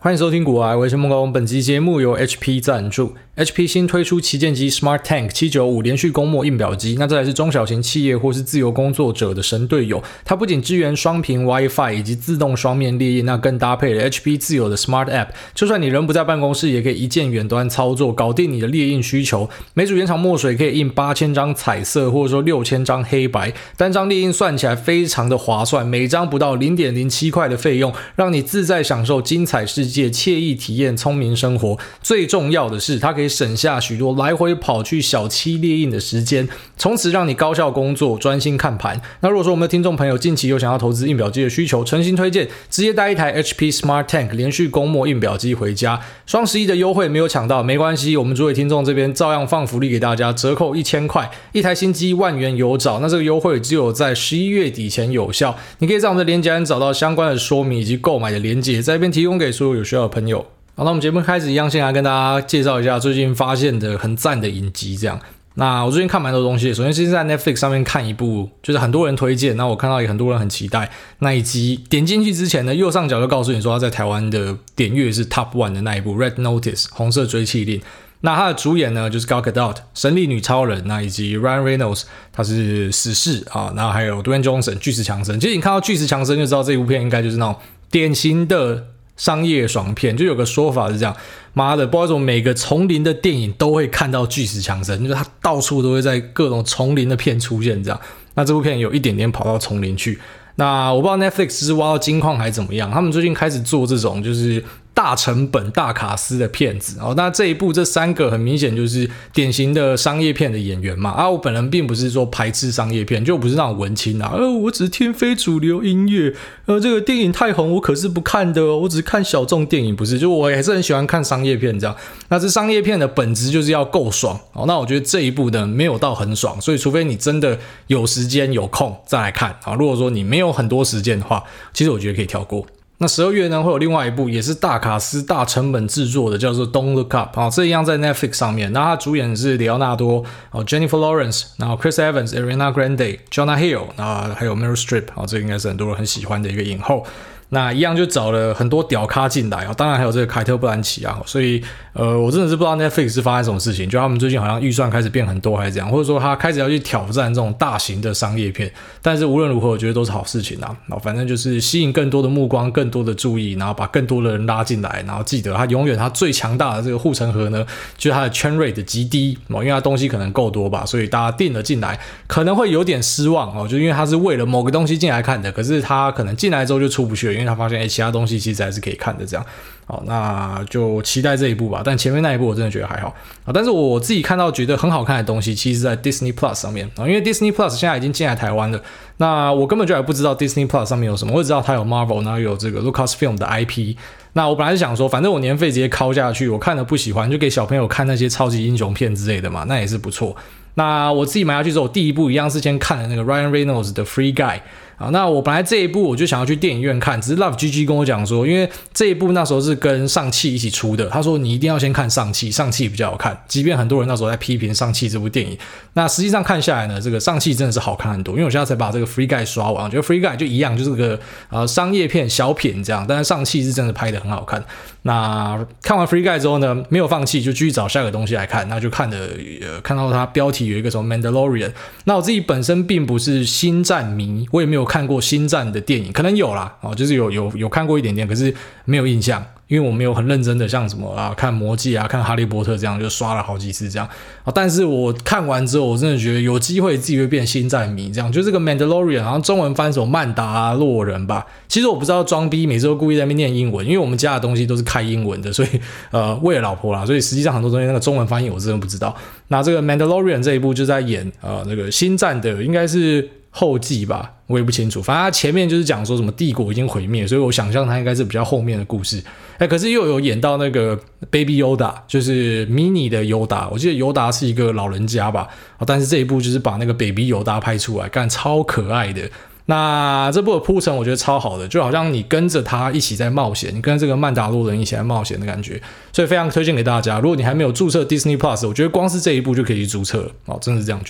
欢迎收听股癌，我是孟高。本期节目由 HP 赞助。HP 新推出旗舰机 Smart Tank 795连续供墨印表机，那这还是中小型企业或是自由工作者的神队友。它不仅支援双屏 Wi-Fi 以及自动双面列印，那更搭配了 HP 自有的 Smart App， 就算你人不在办公室，也可以一键远端操作，搞定你的列印需求。每组原厂墨水可以印8000张彩色，或者说6000张黑白，单张列印算起来非常的划算，每张不到 0.07 块的费用，让你自在享受精彩世界，惬意体验聪明生活。最重要的是，它可以省下许多来回跑去小七列印的时间，从此让你高效工作，专心看盘。那如果说我们的听众朋友近期有想要投资印表机的需求，诚心推荐直接带一台 HP Smart Tank 连续供墨印表机回家。双11的优惠没有抢到没关系，我们诸位听众这边照样放福利给大家，折扣1000块，一台新机10000元有找。那这个优惠只有在11月底前有效，你可以在我们的连结栏找到相关的说明以及购买的连结，在这边提供给所有有需要的朋友。好，那我们节目开始一样，先来跟大家介绍一下最近发现的很赞的影集这样。那我最近看蛮多东西，首先是在 Netflix 上面看一部，就是很多人推荐，那我看到也很多人很期待那一集。点进去之前呢，右上角就告诉你说他在台湾的点阅是 Top 1 的那一部 Red Notice 红色追缉令。那他的主演呢就是 Gal Gadot 神力女超人，那以及 Ryan Reynolds 他是死侍啊，然后还有 Dwayne Johnson 巨石强森。其实你看到巨石强森就知道这部片应该就是那种典型的商业爽片，就有个说法是这样，妈的，不知道为什么每个丛林的电影都会看到巨石强森，就是他到处都会在各种丛林的片出现这样。那这部片有一点点跑到丛林去。那我不知道 Netflix 是挖到金矿还是怎么样，他们最近开始做这种就是大成本大卡司的片子。那这一部这3个很明显就是典型的商业片的演员嘛。我本人并不是说排斥商业片，就不是那种文青啊，我只是听非主流音乐，这个电影太红我可是不看的，我只是看小众电影，不是，就我还是很喜欢看商业片这样。那这商业片的本质就是要够爽。那我觉得这一部呢没有到很爽，所以除非你真的有时间有空再来看。如果说你没有很多时间的话，其实我觉得可以跳过。那12月呢会有另外一部也是大卡司大成本制作的，叫做 Don't Look Up， 这一样在 Netflix 上面。那他主演是里奥纳多、Jennifer Lawrence， 然后 Chris Evans、Ariana Grande、Jonah Hill， 还有 Meryl Streep， 这应该是很多人很喜欢的一个影后。那一样就找了很多屌咖进来，当然还有这个凯特·布兰奇啊，所以我真的是不知道 Netflix 是发生什么事情，就他们最近好像预算开始变很多还是这样，或者说他开始要去挑战这种大型的商业片。但是无论如何我觉得都是好事情啊，反正就是吸引更多的目光，更多的注意，然后把更多的人拉进来，然后记得他永远他最强大的这个护城河呢就是他的圈rate的极低，因为他东西可能够多吧，所以大家订了进来可能会有点失望，就因为他是为了某个东西进来看的，可是他可能进来之后就出不去了，因为他发现其他东西其实还是可以看的这样。好，那就期待这一部吧，但前面那一部我真的觉得还好。但是我自己看到觉得很好看的东西其实是在 Disney Plus 上面，因为 Disney Plus 现在已经进来台湾了，那我根本就还不知道 Disney Plus 上面有什么，我只知道它有 Marvel， 然后有这个 Lucasfilm 的 IP。那我本来是想说反正我年费直接敲下去，我看了不喜欢就给小朋友看那些超级英雄片之类的嘛，那也是不错。那我自己买下去之后，我第一部一样是先看了那个 Ryan Reynolds 的 Free Guy。那我本来这一部我就想要去电影院看，只是 Love GG 跟我讲说，因为这一部那时候是跟上汽一起出的，他说你一定要先看上汽比较好看，即便很多人那时候在批评上汽这部电影，那实际上看下来呢，这个上汽真的是好看很多。因为我现在才把这个 Free Guy 刷完，我觉得 Free Guy 就一样，就是个商业片小品这样，但是上汽是真的拍得很好看。那看完 Free Guy 之后呢，没有放弃，就继续找下个东西来看，那就看到它标题有一个什么 Mandalorian。那我自己本身并不是星战迷，我也没有看过星战的电影，可能有啦，就是有看过一点点，可是没有印象，因为我没有很认真的像什么看魔戒看哈利波特这样就刷了好几次这样。但是我看完之后我真的觉得有机会自己会变星战迷这样。就这个 Mandalorian 好像中文翻什么曼达洛人吧，其实我不知道装逼，每次都故意在那边念英文，因为我们家的东西都是开英文的，所以为了老婆啦，所以实际上很多东西那个中文翻译我真的不知道。那这个 Mandalorian 这一部就在演这个星战的应该是后记吧，我也不清楚，反正他前面就是讲说什么帝国已经毁灭，所以我想象他应该是比较后面的故事。可是又有演到那个 Baby Yoda， 就是 mini 的 Yoda， 我记得 Yoda 是一个老人家吧，但是这一部就是把那个 Baby Yoda 拍出来，干超可爱的。那这部的铺陈我觉得超好的，就好像你跟着他一起在冒险，你跟这个曼达洛人一起在冒险的感觉，所以非常推荐给大家。如果你还没有注册 Disney Plus， 我觉得光是这一部就可以去注册了，真的是这样觉得。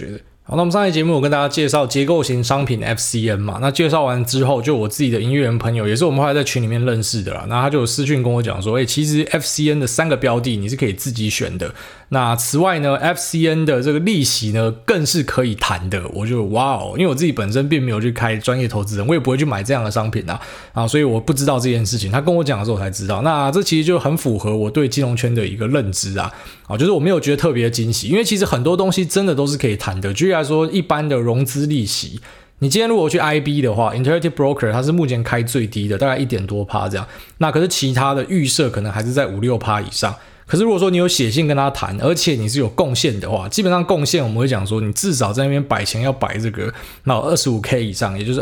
好，那我们上一节目我跟大家介绍结构型商品 FCN 嘛，那介绍完之后，就我自己的营业员朋友，也是我们后来在群里面认识的啦，那他就有私讯跟我讲说，其实 FCN 的3个标的你是可以自己选的，那此外呢 FCN 的这个利息呢更是可以谈的，我就哇哦，因为我自己本身并没有去开专业投资人，我也不会去买这样的商品啊，所以我不知道这件事情，他跟我讲的时候我才知道，那这其实就很符合我对金融圈的一个认知啊，就是我没有觉得特别的惊喜，因为其实很多东西真的都是可以谈的，举例来说一般的融资利息，你今天如果去 IB 的话 Interactive Broker 它是目前开最低的，大概 1% 多这样，那可是其他的预设可能还是在 5-6% 以上，可是如果说你有写信跟他谈，而且你是有贡献的话，基本上贡献我们会讲说你至少在那边摆钱要摆这个那 25K 以上，也就是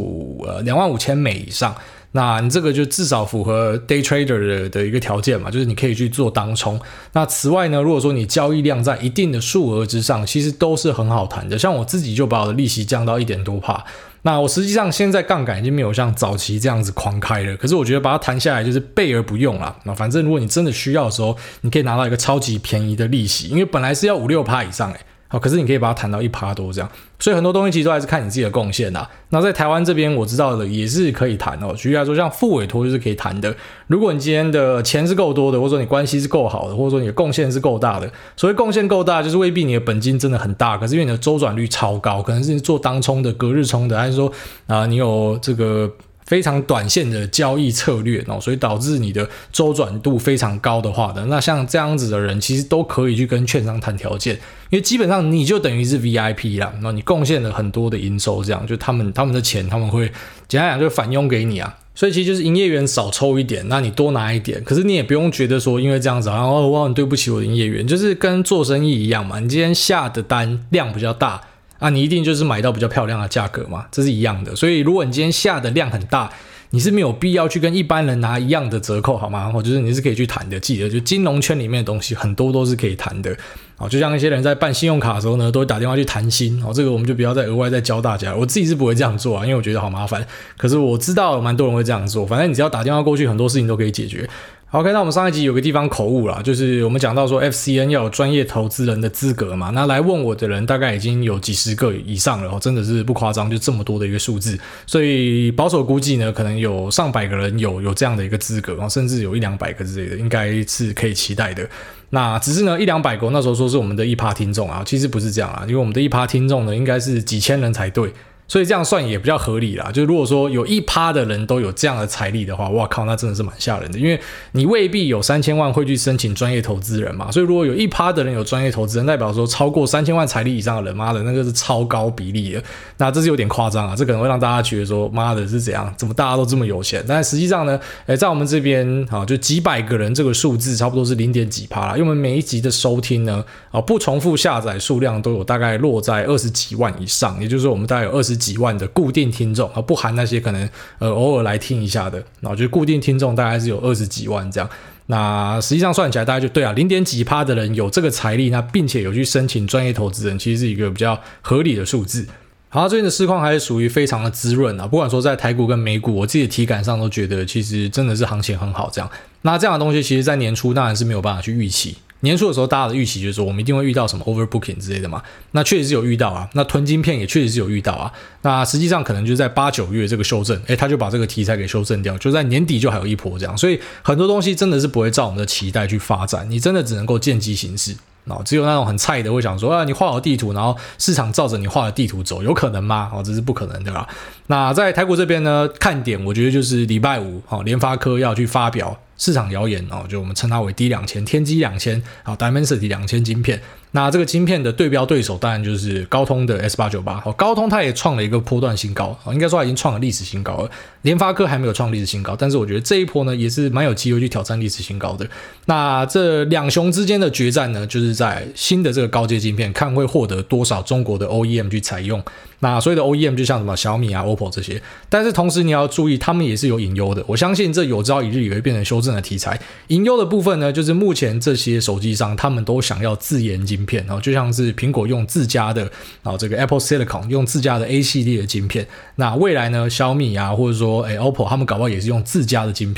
25,000美以上，那你这个就至少符合 day trader 的一个条件嘛，就是你可以去做当冲。那此外呢，如果说你交易量在一定的数额之上，其实都是很好谈的。像我自己就把我的利息降到 1% 多，那我实际上现在杠杆已经没有像早期这样子狂开了，可是我觉得把它谈下来就是备而不用啦。那反正如果你真的需要的时候，你可以拿到一个超级便宜的利息，因为本来是要 5-6% 以上可是你可以把它谈到 1% 多这样，所以很多东西其实都还是看你自己的贡献啦。那在台湾这边我知道的也是可以谈举例来说像副委托就是可以谈的，如果你今天的钱是够多的，或者说你关系是够好的，或者说你的贡献是够大的，所谓贡献够大就是未必你的本金真的很大，可是因为你的周转率超高，可能是做当冲的隔日冲的，还是说你有这个非常短线的交易策略所以导致你的周转度非常高的话那像这样子的人其实都可以去跟券商谈条件，因为基本上你就等于是 VIP 啦，你贡献了很多的营收，这样就他们的钱他们会简单讲就反佣给你啊，所以其实就是营业员少抽一点，那你多拿一点，可是你也不用觉得说因为这样子好像我很对不起我的营业员，就是跟做生意一样嘛，你今天下的单量比较大你一定就是买到比较漂亮的价格嘛，这是一样的。所以如果你今天下的量很大，你是没有必要去跟一般人拿一样的折扣好吗？就是你是可以去谈的，记得就金融圈里面的东西很多都是可以谈的。就像一些人在办信用卡的时候呢，都会打电话去谈薪这个我们就不要再额外再教大家，我自己是不会这样做因为我觉得好麻烦，可是我知道蛮多人会这样做，反正你只要打电话过去，很多事情都可以解决。OK， 那我们上一集有个地方口误啦，就是我们讲到说 FCN 要有专业投资人的资格嘛，那来问我的人大概已经有几十个以上了真的是不夸张，就这么多的一个数字，所以保守估计呢，可能有上百个人有这样的一个资格甚至有100-200个之类的，应该是可以期待的。那只是呢100-200个那时候说是我们的1%听众其实不是这样因为我们的1%听众呢应该是几千人才对，所以这样算也比较合理啦，就如果说有1%的人都有这样的财力的话，哇靠，那真的是蛮吓人的，因为你未必有3000万会去申请专业投资人嘛，所以如果有1%的人有专业投资人，代表说超过3000万财力以上的人，妈的那个是超高比例的，那这是有点夸张这可能会让大家觉得说妈的是怎样，怎么大家都这么有钱，但实际上呢在我们这边就几百个人这个数字差不多是 0. 几%啦，因为我们每一集的收听呢不重复下载数量都有大概落在20几万以上，也就是说我们大概有20几万的固定听众不含那些可能偶尔来听一下的，就是固定听众大概是有20几万这样，那实际上算起来大概就对0. 几%的人有这个财力，那并且有去申请专业投资人，其实是一个比较合理的数字。好，最近的市况还是属于非常的滋润不管说在台股跟美股，我自己的体感上都觉得其实真的是行情很好这样。那这样的东西其实在年初当然是没有办法去预期，年初的时候大家的预期就是说我们一定会遇到什么 overbooking 之类的嘛，那确实是有遇到那囤晶片也确实是有遇到那实际上可能就在8-9月这个修正他就把这个题材给修正掉，就在年底就还有一波这样，所以很多东西真的是不会照我们的期待去发展，你真的只能够见机行事只有那种很菜的会想说你画好地图，然后市场照着你画的地图走，有可能吗？这是不可能的啦。那在台股这边呢，看点我觉得就是礼拜五联发科要去发表市场谣言就我们称它为 D2000 天玑2000 Dimensity 2000晶片，那这个晶片的对标对手当然就是高通的 S898 高通它也创了一个波段新高应该说它已经创了历史新高了，联发科还没有创历史新高，但是我觉得这一波呢也是蛮有机会去挑战历史新高的。那这两雄之间的决战呢，就是在新的这个高阶晶片看会获得多少中国的 OEM 去采用，那所有的 OEM 就像什么小米OPPO 这些，但是同时你要注意他们也是有隐忧的，我相信这有朝一日也会变成修正的题材。隐忧的部分呢，就是目前这些手机商他们都想要自研晶片就像是苹果用自家的这个 Apple Silicon 用自家的 A 系列的晶片，那未来呢小米或者说OPPO他们搞不好也是用自家的晶片，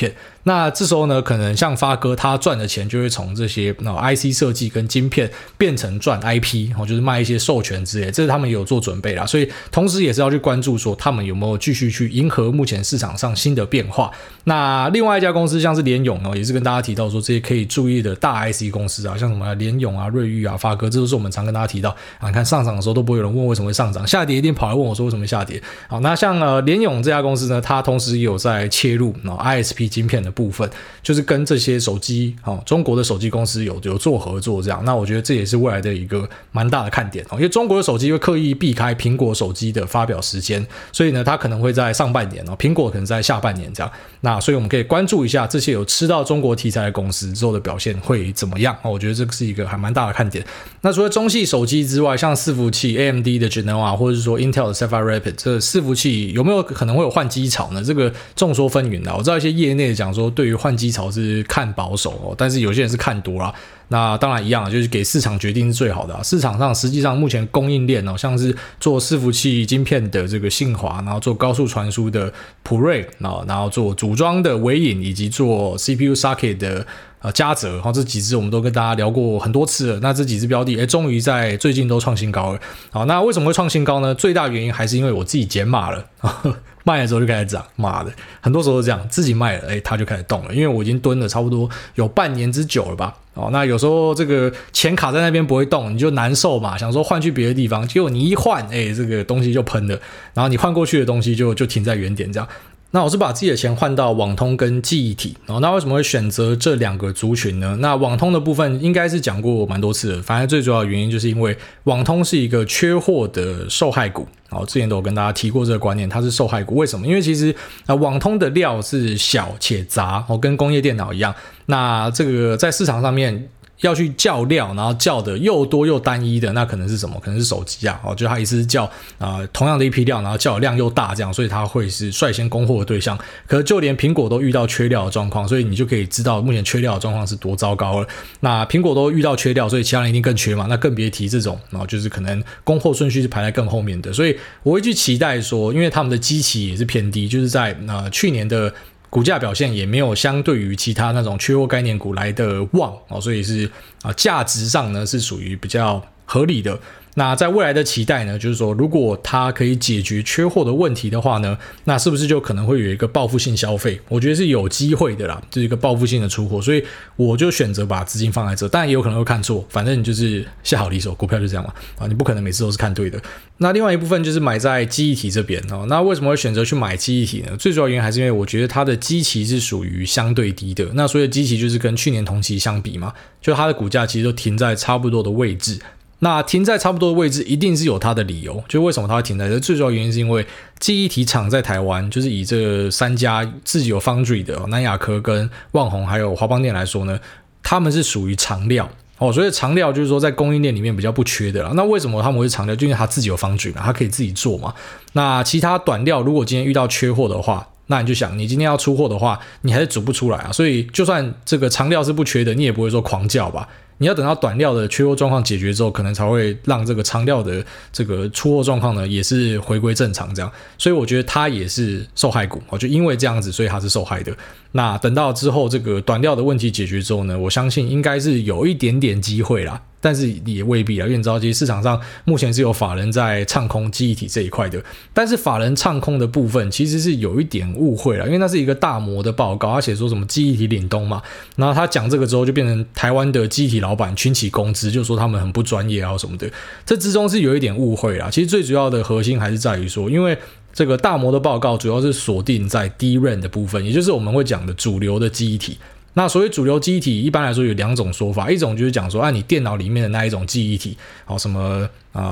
那这时候呢，可能像发哥他赚的钱就会从这些IC 设计跟晶片变成赚 IP，就是卖一些授权之类，这是他们也有做准备啦。所以同时也是要去关注说他们有没有继续去迎合目前市场上新的变化。那另外一家公司像是联咏也是跟大家提到说这些可以注意的大 IC 公司啊，像什么联咏啊、瑞昱啊、发哥，这都是我们常跟大家提到啊。你看上涨的时候都不会有人问为什么会上涨，下跌一定跑来问我说为什么会下跌。好，那像联咏这家公司呢，它同时也有在切入ISP 晶片的部分，就是跟这些手机中国的手机公司有做合作这样。那我觉得这也是未来的一个蛮大的看点因为中国的手机会刻意避开苹果手机的发表时间，所以呢它可能会在上半年苹果可能在下半年这样。那所以我们可以关注一下这些有吃到中国题材的公司之后的表现会怎么样我觉得这是一个还蛮大的看点。那除了中系手机之外，像伺服器 AMD 的 Genoa 或者是说 Intel 的 Sapphire Rapids， 这伺服器有没有可能会有换机潮呢？这个众说纷纭我知道一些业内讲说对于换机潮是看保守但是有些人是看多啦。那当然一样就是给市场决定是最好的市场上实际上目前供应链像是做伺服器晶片的这个信华，然后做高速传输的普瑞，然后做组装的微影，以及做 CPU socket 的嘉泽这几支我们都跟大家聊过很多次了。那这几支标的终于在最近都创新高了。好，那为什么会创新高呢？最大原因还是因为我自己减码了卖的时候就开始涨，妈的，很多时候是这样，自己卖了它就开始动了，因为我已经蹲了差不多有半年之久了吧。那有时候这个钱卡在那边不会动，你就难受嘛，想说换去别的地方，结果你一换这个东西就喷了，然后你换过去的东西就停在原点这样。那我是把自己的钱换到网通跟记忆体那为什么会选择这两个族群呢？那网通的部分应该是讲过蛮多次了，反正最主要的原因就是因为网通是一个缺货的受害股之前都有跟大家提过这个观念，它是受害股。为什么？因为其实网通的料是小且杂跟工业电脑一样，那这个在市场上面要去叫料，然后叫的又多又单一的，那可能是什么？可能是手机就它一次叫同样的一批料，然后叫的量又大这样，所以它会是率先供货的对象。可是就连苹果都遇到缺料的状况，所以你就可以知道目前缺料的状况是多糟糕了。那苹果都遇到缺料，所以其他人一定更缺嘛，那更别提这种就是可能供货顺序是排在更后面的。所以我会去期待说，因为他们的基期也是偏低，就是在去年的股价表现也没有相对于其他那种缺货概念股来的旺所以是价值上呢是属于比较合理的。那在未来的期待呢，就是说如果它可以解决缺货的问题的话呢，那是不是就可能会有一个报复性消费？我觉得是有机会的啦，就是一个报复性的出货，所以我就选择把资金放在这。当然也有可能会看错，反正你就是下好离手，股票就这样嘛你不可能每次都是看对的。那另外一部分就是买在记忆体这边那为什么会选择去买记忆体呢？最主要原因还是因为我觉得它的基期是属于相对低的，那所以基期就是跟去年同期相比嘛，就它的股价其实都停在差不多的位置。那停在差不多的位置一定是有它的理由，就为什么它会停在这？最主要原因是因为记忆体厂在台湾，就是以这三家自己有 Foundry 的南亚科跟旺宏还有华邦电来说呢，他们是属于长料所以长料就是说在供应链里面比较不缺的啦。那为什么他们会长料？就因为他自己有 Foundry 嘛，他可以自己做嘛。那其他短料如果今天遇到缺货的话，那你就想你今天要出货的话，你还是煮不出来所以就算这个长料是不缺的，你也不会说狂叫吧。你要等到短料的缺货状况解决之后，可能才会让这个长料的这个出货状况呢也是回归正常这样。所以我觉得它也是受害股就因为这样子，所以它是受害的。那等到之后这个短料的问题解决之后呢，我相信应该是有一点点机会啦，但是也未必啦，因为你知道其实市场上目前是有法人在唱空记忆体这一块的，但是法人唱空的部分其实是有一点误会啦，因为那是一个大摩的报告，他写说什么记忆体凛冬嘛，然后他讲这个之后就变成台湾的记忆体老板群起攻之，就说他们很不专业什么的，这之中是有一点误会啦。其实最主要的核心还是在于说，因为这个大摩的报告主要是锁定在 DRAM 的部分，也就是我们会讲的主流的记忆体。那所谓主流记忆体一般来说有两种说法，一种就是讲说你电脑里面的那一种记忆体什么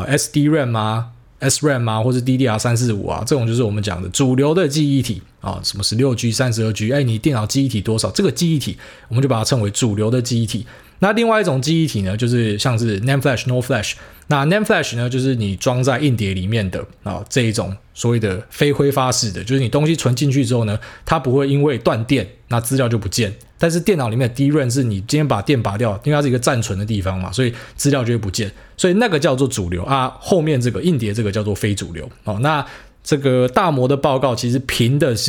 SDRAM SRAM 或是 DDR345这种就是我们讲的主流的记忆体什么 16G 32G 你电脑记忆体多少，这个记忆体我们就把它称为主流的记忆体。那另外一种记忆体呢，就是像是 NAND Flash、NOR Flash。那 NAND Flash 呢，就是你装在硬碟里面的这一种所谓的非挥发式的，就是你东西存进去之后呢，它不会因为断电，那资料就不见。但是电脑里面的 DRAM 是你今天把电拔掉，因为它是一个暂存的地方嘛，所以资料就会不见。所以那个叫做主流后面这个硬碟这个叫做非主流那这个大摩的报告其实评的是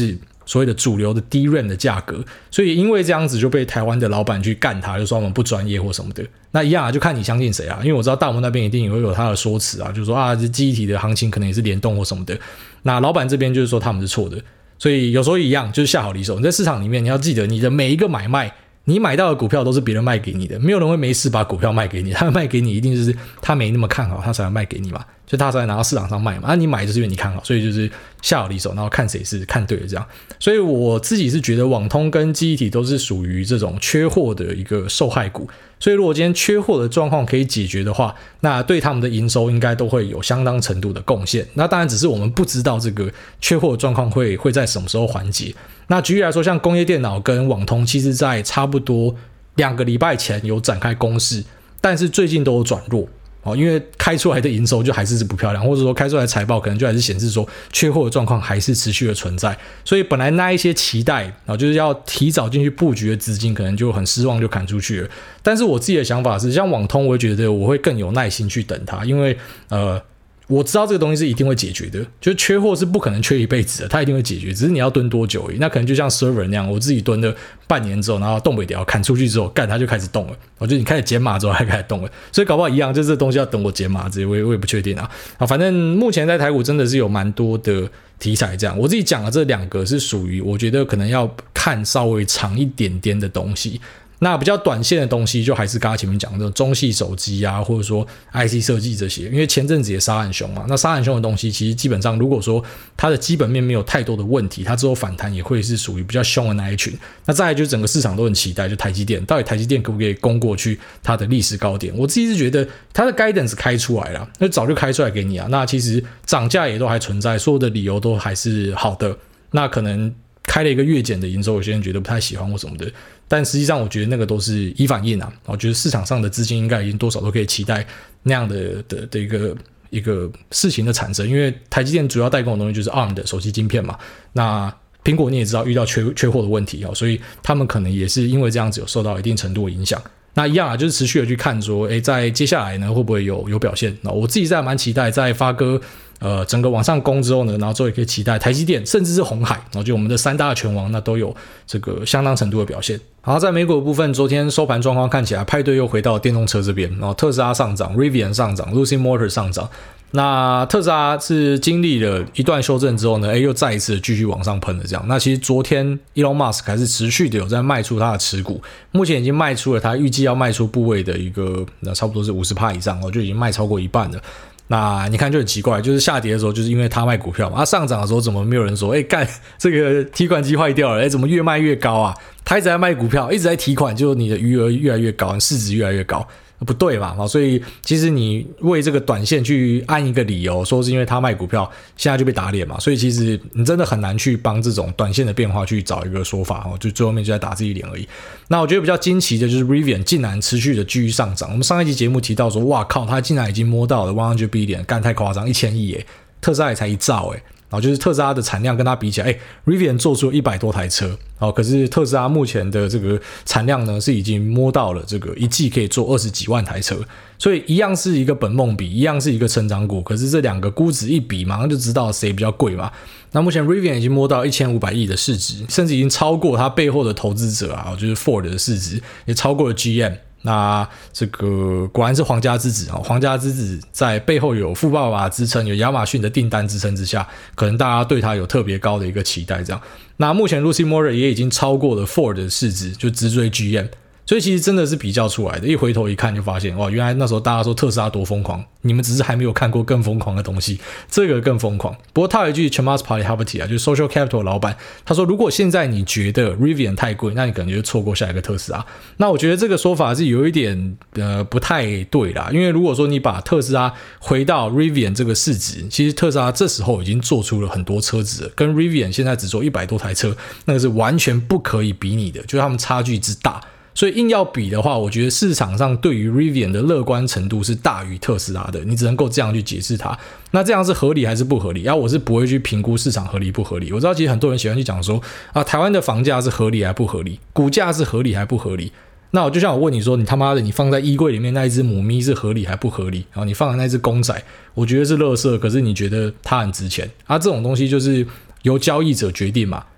所谓的主流的低 range 的价格，所以因为这样子就被台湾的老板去干他，就说他们不专业或什么的。那一样啊，就看你相信谁啊，因为我知道大摩那边一定也会有他的说辞啊，就是说啊，这记忆体的行情可能也是联动或什么的。那老板这边就是说他们是错的，所以有时候一样，就是下好离手。你在市场里面你要记得，你的每一个买卖，你买到的股票都是别人卖给你的，没有人会没事把股票卖给你，他卖给你一定就是他没那么看好，他才会卖给你嘛，就他才会拿到市场上卖嘛。你买就是因为你看好，所以就是下好离手，然后看谁是看对的这样。所以我自己是觉得网通跟记忆体都是属于这种缺货的一个受害股，所以如果今天缺货的状况可以解决的话，那对他们的营收应该都会有相当程度的贡献。那当然只是我们不知道这个缺货的状况会在什么时候缓解。那举例来说，像工业电脑跟网通其实在差不多2个礼拜前有展开攻势，但是最近都有转弱，因为开出来的营收就还是不漂亮，或者说开出来的财报可能就还是显示说缺货的状况还是持续的存在，所以本来那一些期待就是要提早进去布局的资金可能就很失望，就砍出去了。但是我自己的想法是，像网通我会觉得我会更有耐心去等它，因为我知道这个东西是一定会解决的，就是缺货是不可能缺一辈子的，它一定会解决，只是你要蹲多久而已。那可能就像 server 那样，我自己蹲了半年之后，然后动不了，砍出去之后，它就开始动了。就你开始减码之后，它开始动了，所以搞不好一样，就是这东西要等我减码之类，我也不确定啊。反正目前在台股真的是有蛮多的题材这样。我自己讲的这2个是属于我觉得可能要看稍微长一点点的东西。那比较短线的东西就还是刚才前面讲的这种中系手机啊，或者说 IC 设计这些，因为前阵子也杀很凶嘛。那杀很凶的东西其实基本上如果说它的基本面没有太多的问题，它之后反弹也会是属于比较凶的那一群。那再来就是整个市场都很期待，就台积电到底台积电可不可以攻过去它的历史高点。我自己是觉得它的 guidance 开出来了，那早就开出来给你啊。那其实涨价也都还存在，所有的理由都还是好的。那可能开了一个月减的营收，有些人觉得不太喜欢或什么的，但实际上我觉得那个都是依反应啊。我觉得市场上的资金应该已经多少都可以期待那样的一个事情的产生，因为台积电主要代工的东西就是 ARM 的手机晶片嘛。那苹果你也知道遇到缺货的问题，所以他们可能也是因为这样子有受到一定程度的影响。那一样啊，就是持续的去看说，在接下来呢会不会有表现？那我自己在蛮期待，在发哥整个往上攻之后呢，然后之后也可以期待台积电，甚至是鸿海，然后就我们的3大拳王，那都有这个相当程度的表现。好，在美股的部分，昨天收盘状况看起来，派对又回到电动车这边，然后特斯拉上涨 ，Rivian 上涨 ，Lucid Motors 上涨。那特斯拉是经历了一段修正之后呢，又再一次继续往上喷了这样。那其实昨天 Elon Musk 还是持续的有在卖出他的持股，目前已经卖出了他预计要卖出部位的一个，差不多是 50% 以上，就已经卖超过一半了。那你看就很奇怪，就是下跌的时候就是因为他卖股票嘛，上涨的时候怎么没有人说干这个提款机坏掉了，怎么越卖越高啊？他一直在卖股票，一直在提款，就你的余额越来越高，市值越来越高，不对嘛？所以其实你为这个短线去按一个理由，说是因为他卖股票，现在就被打脸嘛。所以其实你真的很难去帮这种短线的变化去找一个说法，就最后面就在打自己脸而已。那我觉得比较惊奇的就是 Rivian 竟然持续的继续上涨。我们上一集节目提到说，哇靠，他竟然已经摸到了100 billion， 干太夸张，1000亿耶，特斯拉也才1兆耶。然后就是特斯拉的产量跟它比起来，Rivian 做出了100多台车，可是特斯拉目前的这个产量呢是已经摸到了这个一季可以做20几万台车，所以一样是一个本梦比，一样是一个成长股，可是这两个估值一比，马上就知道谁比较贵嘛。那目前 Rivian 已经摸到1500亿的市值，甚至已经超过它背后的投资者啊，就是 Ford 的市值，也超过了 GM。那这个果然是皇家之子，皇家之子在背后有富爸爸支撑，有亚马逊的订单支撑之下，可能大家对他有特别高的一个期待这样。那目前 Lucid Motors 也已经超过了 Ford 的市值，就直追 GM。所以其实真的是比较出来的，一回头一看就发现，哇，原来那时候大家说特斯拉多疯狂，你们只是还没有看过更疯狂的东西，这个更疯狂。不过他有一句 Chamath Palihapitiya 啊，就是 Social Capital 老板，他说如果现在你觉得 Rivian 太贵，那你可能就错过下一个特斯拉。那我觉得这个说法是有一点不太对啦，因为如果说你把特斯拉回到 Rivian 这个市值，其实特斯拉这时候已经做出了很多车子了，跟 Rivian 现在只做100多台车，那个是完全不可以比拟的，就是他们差距之大。所以硬要比的话，我觉得市场上对于 Rivian 的乐观程度是大于特斯拉的，你只能够这样去解释它。那这样是合理还是不合理？我是不会去评估市场合理不合理。我知道其实很多人喜欢去讲说台湾的房价是合理还不合理，股价是合理还不合理。那我就像我问你说，你他妈的你放在衣柜里面那一只母咪是合理还不合理？然后你放的那只公仔，我觉得是垃圾，可是你觉得它很值钱这种东西就是由交易者决定嘛。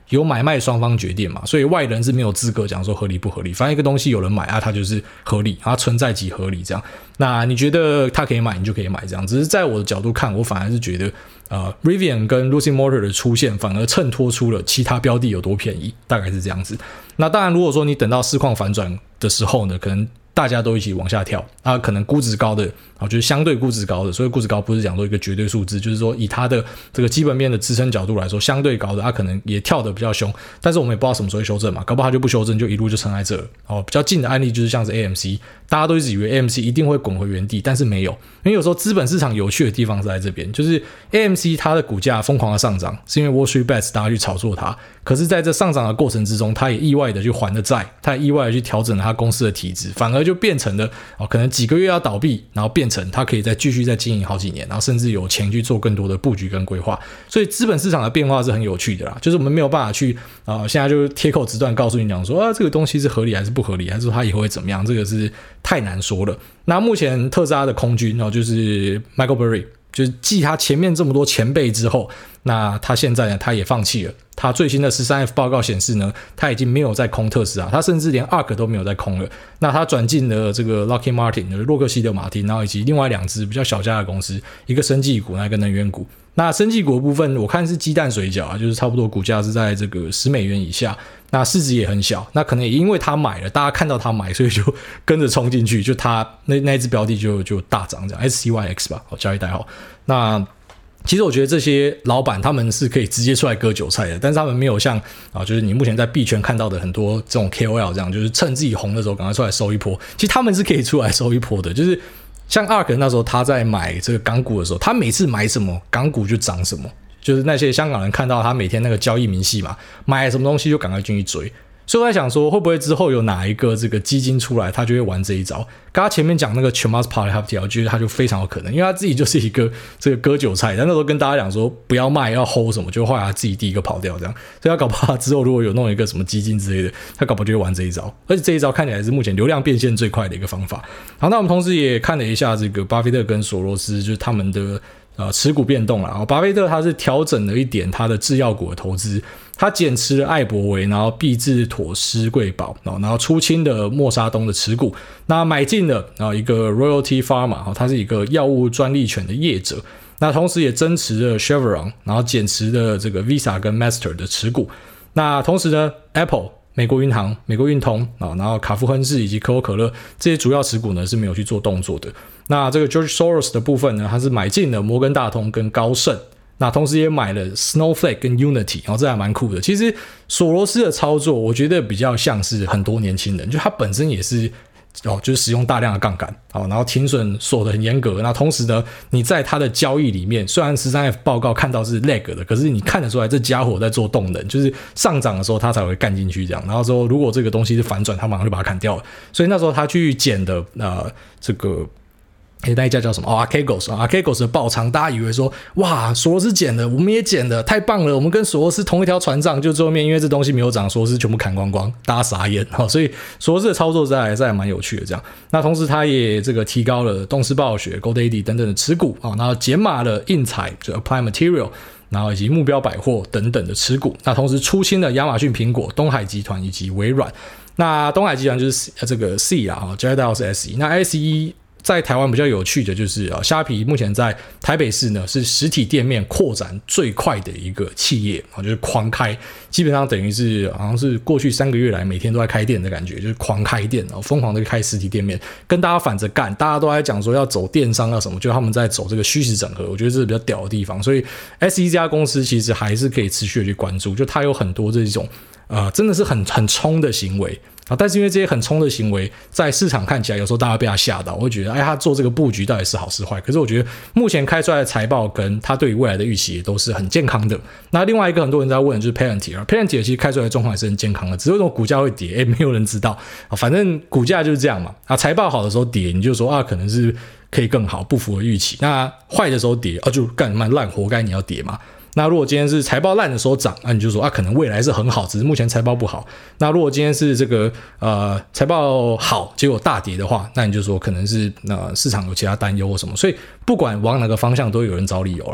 由买卖双方决定嘛，所以外人是没有资格讲说合理不合理，反正一个东西有人买啊，它就是合理，它存在即合理这样。那你觉得它可以买，你就可以买这样。只是在我的角度看，我反而是觉得Rivian 跟 Lucid Motors 的出现反而衬托出了其他标的有多便宜，大概是这样子。那当然如果说你等到市况反转的时候呢，可能大家都一起往下跳啊，可能估值高的就是相对估值高的，所以估值高不是讲说一个绝对数字，就是说以它的这个基本面的支撑角度来说，相对高的它可能也跳得比较凶，但是我们也不知道什么时候会修正嘛，搞不好它就不修正，就一路就撑在这了。比较近的案例就是像是 AMC， 大家都一直以为 AMC 一定会滚回原地，但是没有，因为有时候资本市场有趣的地方是在这边，就是 AMC 它的股价疯狂的上涨，是因为 Wall Street Bets 大家去炒作它，可是在这上涨的过程之中，它也意外的去还了债，它也意外的去调整了它公司的体质，反而就变成了可能几个月要倒闭，然后变成它可以再继续再经营好几年，然后甚至有钱去做更多的布局跟规划。所以资本市场的变化是很有趣的啦，就是我们没有办法去现在就贴口直断告诉你讲说这个东西是合理还是不合理，还是说它以后会怎么样，这个是太难说了。那目前特斯拉的空军就是 Michael Burry， 就是继他前面这么多前辈之后，那他现在呢他也放弃了。他最新的 13F 报告显示呢，他已经没有在空特斯拉，他甚至连 ARK 都没有在空了。那他转进了这个 Lockheed Martin， 就是洛克希德马丁，然后以及另外2支比较小家的公司，一个生技股，那一个能源股。那生技股的部分我看是鸡蛋水饺啊，就是差不多股价是在这个$10以下，那市值也很小，那可能也因为他买了，大家看到他买，所以就跟着冲进去，就他那一支标的就大涨这样 SCYX 吧，交易代号。那其实我觉得这些老板他们是可以直接出来割韭菜的，但是他们没有像就是你目前在币圈看到的很多这种 KOL 这样，就是趁自己红的时候赶快出来收一波。其实他们是可以出来收一波的，就是像 ARK 那时候他在买这个港股的时候，他每次买什么港股就涨什么，就是那些香港人看到他每天那个交易明细嘛，买什么东西就赶快进去追。所以我在想说，会不会之后有哪一个这个基金出来，他就会玩这一招？刚刚前面讲那个 Chamath Palihapitiya， 我觉得他就非常有可能，因为他自己就是一个这个割韭菜，但那时候跟大家讲说不要卖，要 hold 什么，就后来他自己第一个跑掉这样。所以他搞不好之后如果有弄一个什么基金之类的，他搞不好就会玩这一招，而且这一招看起来是目前流量变现最快的一个方法。好，那我们同时也看了一下这个巴菲特跟索罗斯，就是他们的持股变动啦。巴菲特他是调整了一点他的制药股的投资，他减持了艾伯维，然后避制妥施贵宝，然后出清的默沙东的持股，那买进了一个 Royalty Pharma， 它是一个药物专利权的业者，那同时也增持了 Chevron， 然后减持了这个 Visa 跟 Master 的持股。那同时呢 Apple、美国银行、美国运通，然后卡夫亨氏以及可口可乐这些主要持股呢是没有去做动作的。那这个 George Soros 的部分呢，他是买进了摩根大通跟高盛，那同时也买了 Snowflake 跟 Unity， 这还蛮酷的。其实索罗斯的操作我觉得比较像是很多年轻人，就他本身也是就是使用大量的杠杆，然后停损锁得很严格。那同时呢，你在他的交易里面，虽然 13F 报告看到是 lag 的，可是你看得出来这家伙在做动能，就是上涨的时候他才会干进去这样。然后之后如果这个东西是反转，他马上就把它砍掉了。所以那时候他去捡的这个那一家叫什么Archegos 的爆仓，大家以为说哇索罗斯捡的，我们也捡的，太棒了，我们跟索罗斯同一条船上，就最后面因为这东西没有涨，索罗斯全部砍光光，大家傻眼。所以索罗斯的操作在蛮有趣的这样。那同时他也这个提高了动视暴雪、GoDaddy 等等的持股，然后减码了印彩就 Applied Material， 然后以及目标百货等等的持股。那同时出清了亚马逊、苹果、东海集团以及微软。那东海集团就是这个 C 啊，交易代号是 SE。那 SE在台湾比较有趣的就是虾皮目前在台北市呢是实体店面扩展最快的一个企业，就是狂开，基本上等于是好像是过去3个月来每天都在开店的感觉，就是狂开店，疯狂的开实体店面，跟大家反着干，大家都在讲说要走电商要什么，就他们在走这个虚实整合，我觉得这是比较屌的地方。所以 SE 这家公司其实还是可以持续的去关注，就它有很多这种真的是很冲的行为。但是因为这些很冲的行为在市场看起来有时候大家被他吓到，我会觉得他做这个布局到底是好是坏。可是我觉得目前开出来的财报跟他对于未来的预期也都是很健康的。那另外一个很多人在问的就是 Palantir 其实开出来的状况也是很健康的，只是为什么股价会跌没有人知道，反正股价就是这样嘛。财报好的时候跌你就说可能是可以更好，不符合预期。那坏的时候跌就干嘛烂，活该你要跌嘛。那如果今天是财报烂的时候涨，你就说可能未来是很好，只是目前财报不好。那如果今天是这个财报好结果大跌的话，那你就说可能是市场有其他担忧或什么。所以不管往哪个方向都有人找理由啦。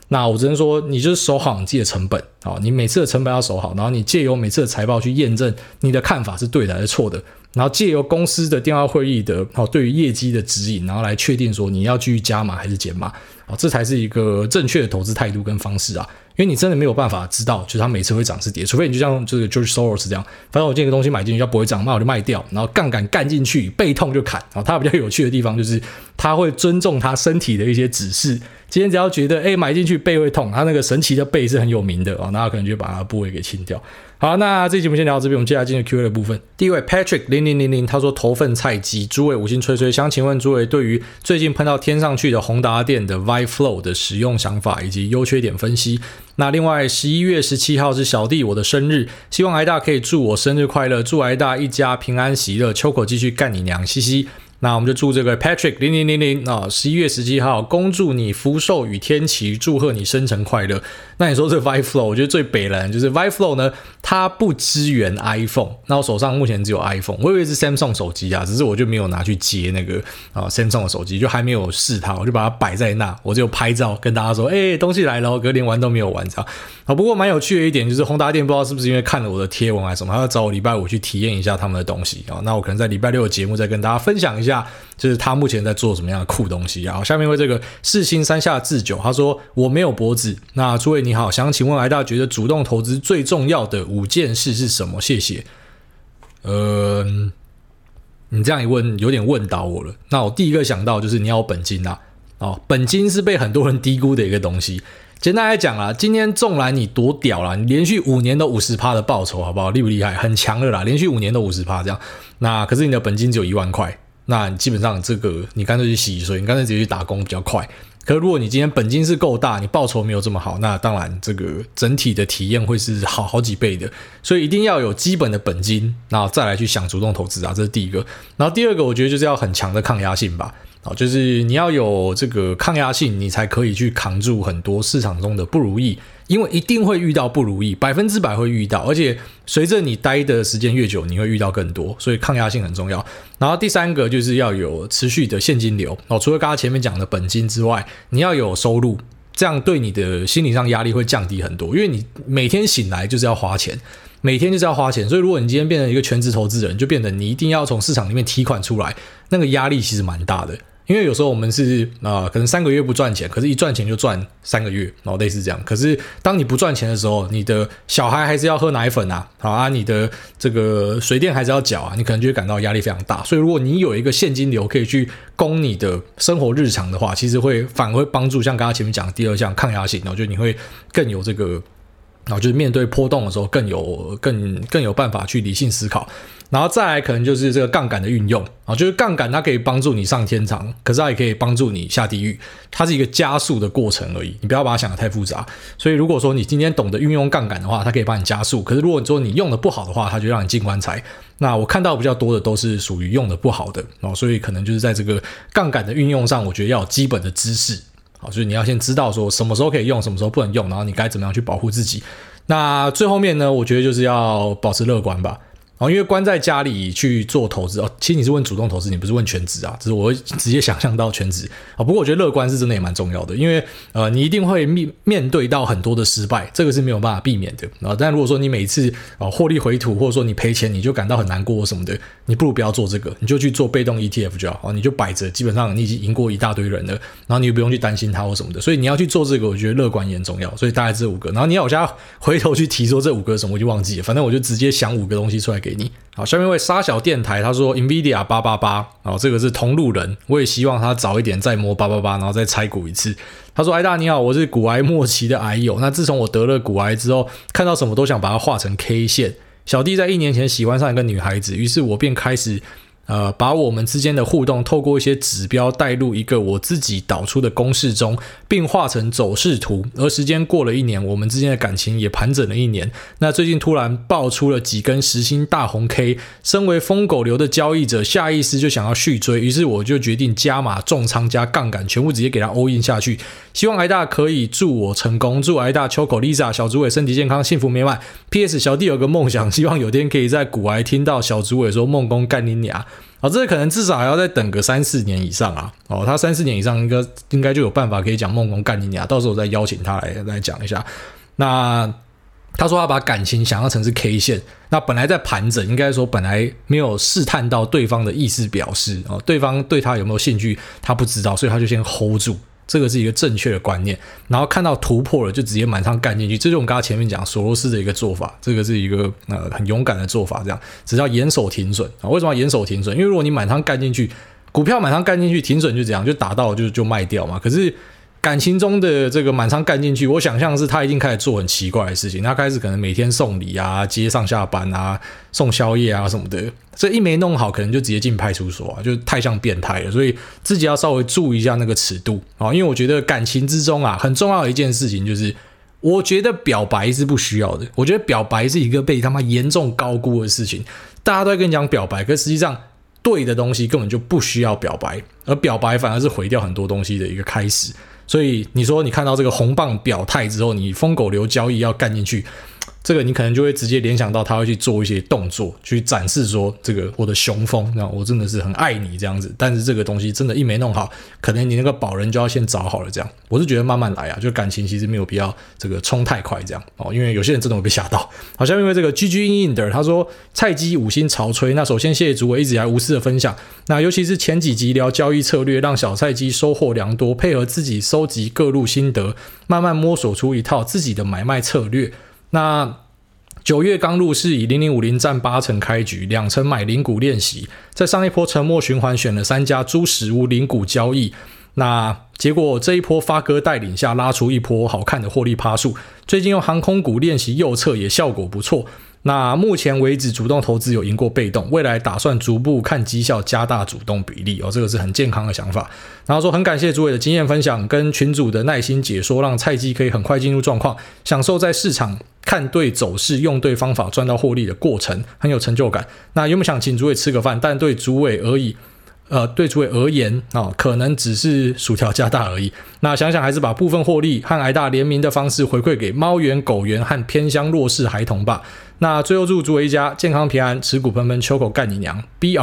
那我只能说，你就是守好你自己的成本，你每次的成本要守好，然后你借由每次的财报去验证你的看法是对的还是错的，然后借由公司的电话会议的对于业绩的指引，然后来确定说你要继续加码还是减码，这才是一个正确的投资态度跟方式啊。因为你真的没有办法知道，就是它每次会涨是跌，除非你就像这个 George Soros 这样，反正我这个东西买进去它不会涨，那我就卖掉，然后杠杆干进去，背痛就砍。它比较有趣的地方就是他会尊重他身体的一些指示。今天只要觉得买进去背会痛，他那个神奇的背是很有名的那他可能就把他的部位给清掉。好，那这期节目先聊到这边，我们接下来进入 Q&A 的部分。第一位 Patrick 0000他说头份菜鸡，诸位五星吹吹，想请问诸位对于最近喷到天上去的宏达电的 ViFlow 的使用想法以及优缺点分析。那另外11月17号是小弟我的生日，希望挨大可以祝我生日快乐，祝挨大一家平安喜乐，秋口继续干你娘，嘻嘻。那我们就祝这个 Patrick 0000 11月17号恭祝你福寿与天齐，祝贺你生辰快乐。那你说这个 ViFlow 我觉得最北蓝就是 ViFlow 呢，它不支援 iPhone， 那我手上目前只有 iPhone， 我以为是 Samsung 手机啊，只是我就没有拿去接那个Samsung 的手机，就还没有试它，我就把它摆在那，我只有拍照跟大家说东西来了，可连玩都没有玩这样。不过蛮有趣的一点就是宏达电不知道是不是因为看了我的贴文还是什么，他要找我礼拜五去体验一下他们的东西那我可能在礼拜六的节目再跟大家分享一下，就是他目前在做什么样的酷东西啊。下面为这个世新山下智久，他说我没有脖子，那诸位你好，想请问挨大觉得主动投资最重要的5件事是什么？谢谢。你这样一问有点问倒我了。那我第一个想到就是你要有本金啊，本金是被很多人低估的一个东西。简单来讲啦，今天纵然你多屌啦，你连续5年都 50% 的报酬好不好？厉不厉害？很强了啦，连续5年都 50% 这样。那可是你的本金只有1万块，那基本上这个你干脆去洗水，你干脆直接去打工比较快。可是如果你今天本金是够大，你报酬没有这么好，那当然这个整体的体验会是好几倍的。所以一定要有基本的本金，然后再来去想主动投资啊，这是第一个。然后第二个我觉得就是要很强的抗压性吧。就是你要有这个抗压性，你才可以去扛住很多市场中的不如意，因为一定会遇到不如意，100%会遇到，而且随着你待的时间越久，你会遇到更多，所以抗压性很重要。然后第三个就是要有持续的现金流除了刚刚前面讲的本金之外，你要有收入，这样对你的心理上压力会降低很多，因为你每天醒来就是要花钱，每天就是要花钱，所以如果你今天变成一个全职投资人，就变成你一定要从市场里面提款出来，那个压力其实蛮大的。因为有时候我们是可能3个月不赚钱，可是一赚钱就赚3个月类似这样。可是当你不赚钱的时候，你的小孩还是要喝奶粉你的这个水电还是要缴你可能就会感到压力非常大。所以如果你有一个现金流可以去供你的生活日常的话，其实反而会帮助像刚刚前面讲的第2项抗压性，就你会更有这个就是面对波动的时候更有办法去理性思考。然后再来可能就是这个杠杆的运用就是杠杆它可以帮助你上天堂，可是它也可以帮助你下地狱，它是一个加速的过程而已，你不要把它想得太复杂。所以如果说你今天懂得运用杠杆的话，它可以帮你加速，可是如果说你用的不好的话，它就让你进棺材。那我看到比较多的都是属于用的不好的所以可能就是在这个杠杆的运用上，我觉得要有基本的知识就是你要先知道说什么时候可以用，什么时候不能用，然后你该怎么样去保护自己。那最后面呢，我觉得就是要保持乐观吧因为关在家里去做投资其实你是问主动投资，你不是问全职只是我会直接想象到全职不过我觉得乐观是真的也蛮重要的，因为你一定会面对到很多的失败，这个是没有办法避免的但如果说你每次获利回吐，或者说你赔钱你就感到很难过什么的，你不如不要做这个，你就去做被动 ETF 就好你就摆着，基本上你已经赢过一大堆人了，然后你也不用去担心它或什么的，所以你要去做这个，我觉得乐观也很重要。所以大概这5个，然后你要我现在回头去提说这5个是什么我就忘记了，反正我就直接想5个东西出来给你。好，下面一位沙小电台他说 Nvidia 888这个是同路人，我也希望他早一点再摸888，然后再拆股一次。他说：“挨大你好，我是骨癌末期的癌友。那自从我得了骨癌之后，看到什么都想把它画成 K 线。小弟在1年前喜欢上一个女孩子，于是我便开始把我们之间的互动透过一些指标带入一个我自己导出的公式中，并画成走势图。而时间过了1年，我们之间的感情也盘整了1年。那最近突然爆出了几根实心大红 K， 身为疯狗流的交易者，下意识就想要续追，于是我就决定加码重仓加杠杆，全部直接给他 all in 下去。希望挨大可以祝我成功，祝挨大秋口 Lisa 小主委身体健康幸福美满。PS 小弟有个梦想，希望有天可以在股癌听到小主委说梦工干你娘。 这个可能至少还要再等个3-4年以上啊。他3-4年以上应该就有办法可以讲梦工干你娘，到时候我再邀请他来讲一下。那他说他把感情想象成是 K 线，那本来在盘整，应该说本来没有试探到对方的意思表示，对方对他有没有兴趣他不知道，所以他就先 hold 住，这个是一个正确的观念。然后看到突破了就直接满上干进去，这就是我们刚刚前面讲索罗斯的一个做法，这个是一个很勇敢的做法，这样只要严守停损。为什么要严守停损？因为如果你满上干进去，股票满上干进去，停损就这样就打到就卖掉嘛。可是感情中的这个满仓干进去，我想象是他一定开始做很奇怪的事情，他开始可能每天送礼啊，接上下班啊，送宵夜啊什么的，这一没弄好可能就直接进派出所啊，就太像变态了，所以自己要稍微注意一下那个尺度啊。因为我觉得感情之中啊，很重要的一件事情就是，我觉得表白是不需要的，我觉得表白是一个被他妈严重高估的事情，大家都在跟你讲表白，可实际上对的东西根本就不需要表白，而表白反而是毁掉很多东西的一个开始。所以你说你看到这个红棒表态之后，你疯狗流交易要干进去，这个你可能就会直接联想到他会去做一些动作，去展示说这个我的雄风，我真的是很爱你这样子。但是这个东西真的一没弄好，可能你那个保人就要先找好了这样。我是觉得慢慢来啊，就感情其实没有必要这个冲太快这样因为有些人真的会被吓到。好像因为这个 GG 硬硬的他说菜鸡5星潮吹，那首先谢谢主委一直以来无私的分享，那尤其是前几集聊交易策略，让小菜鸡收获良多，配合自己收集各路心得，慢慢摸索出一套自己的买卖策略。那9月刚入市，以0050占8成开局，2成买零股练习，在上一波沉默循环选了3家猪食屋零股交易，那结果这一波发哥带领下拉出一波好看的获利趴数，最近用航空股练习右侧也效果不错。那目前为止主动投资有赢过被动，未来打算逐步看绩效加大主动比例这个是很健康的想法。然后说很感谢主委的经验分享跟群组的耐心解说，让菜鸡可以很快进入状况，享受在市场看对走势用对方法赚到获利的过程，很有成就感。那有没有想请主委吃个饭？但对主委而言可能只是薯条加大而已。那想想还是把部分获利和挨大联名的方式回馈给猫园、狗园和偏乡弱势孩童吧。那最后祝主委一家健康平安，持股喷喷，秋口干你娘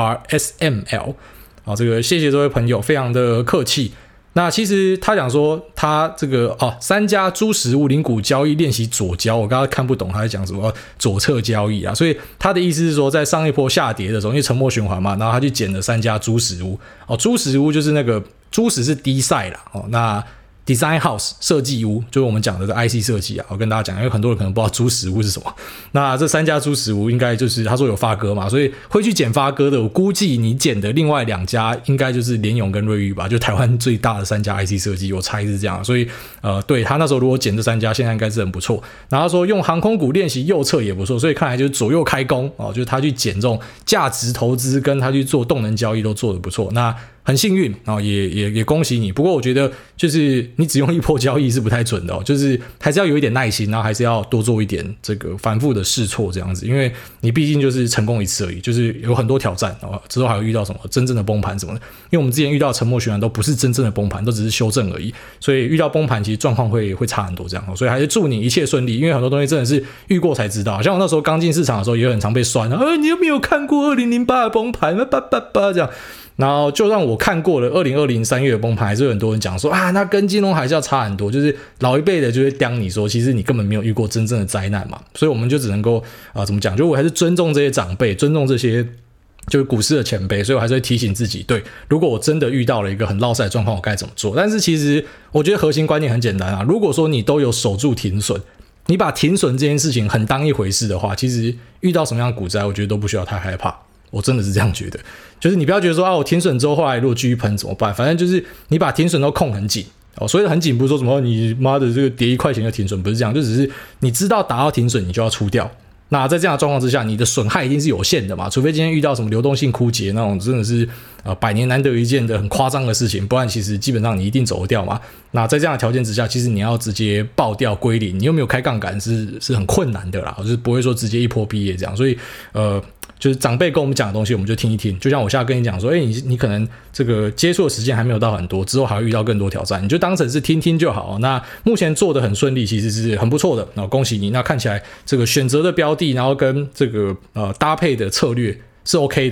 BRSML。 这个谢谢这位朋友，非常的客气。那其实他讲说他这个3家猪食物零股交易练习左交，我刚刚看不懂他在讲什么左侧交易啊，所以他的意思是说在上一波下跌的时候，因为沉默循环嘛，然后他去捡了3家猪食物猪食物就是那个猪食是低赛啦那Design House 设计屋就是我们讲的 IC 设计啊，我跟大家讲，因为很多人可能不知道猪食屋是什么。那这3家猪食屋应该就是他说有发哥嘛，所以会去捡发哥的，我估计你捡的另外2家应该就是联咏跟瑞昱吧，就台湾最大的3家 IC 设计，我猜是这样。所以对他那时候如果捡这3家，现在应该是很不错。然后说用航空股练习右侧也不错，所以看来就是左右开弓就是他去捡这种价值投资跟他去做动能交易都做得不错。那很幸运也恭喜你。不过我觉得就是你只用一波交易是不太准的就是还是要有一点耐心，然后还是要多做一点这个反复的试错这样子，因为你毕竟就是成功一次而已，就是有很多挑战之后还会遇到什么真正的崩盘什么的，因为我们之前遇到沉默循环都不是真正的崩盘，都只是修正而已，所以遇到崩盘其实状况会差很多这样所以还是祝你一切顺利，因为很多东西真的是遇过才知道。像我那时候刚进市场的时候也很常被酸你有没有看过2008的崩盘这样，然后就让我看过了2020 3月的崩盘，还是有很多人讲说那跟金融海啸差很多，就是老一辈的就会刁你说其实你根本没有遇过真正的灾难嘛，所以我们就只能够怎么讲，就我还是尊重这些长辈，尊重这些就是股市的前辈，所以我还是会提醒自己，对，如果我真的遇到了一个很落赛的状况我该怎么做。但是其实我觉得核心观念很简单如果说你都有守住停损，你把停损这件事情很当一回事的话，其实遇到什么样的股灾我觉得都不需要太害怕，我真的是这样觉得。就是你不要觉得说我停损之后后来如果继续喷怎么办，反正就是你把停损都控很紧所以很紧不是说什么你妈的这个跌1块钱就停损，不是这样，就只是你知道打到停损你就要出掉。那在这样的状况之下，你的损害一定是有限的嘛，除非今天遇到什么流动性枯竭那种真的是100年难得一见的很夸张的事情，不然其实基本上你一定走得掉嘛。那在这样的条件之下，其实你要直接爆掉归零，你又没有开杠杆是很困难的啦，就是不会说直接一波毕业这样。所以就是长辈跟我们讲的东西我们就听一听，就像我现在跟你讲说你可能这个接触的时间还没有到很多，之后还会遇到更多挑战，你就当成是听听就好。那目前做得很顺利，其实是很不错的恭喜你。那看起来这个选择的标的然后跟这个搭配的策略是 OK 的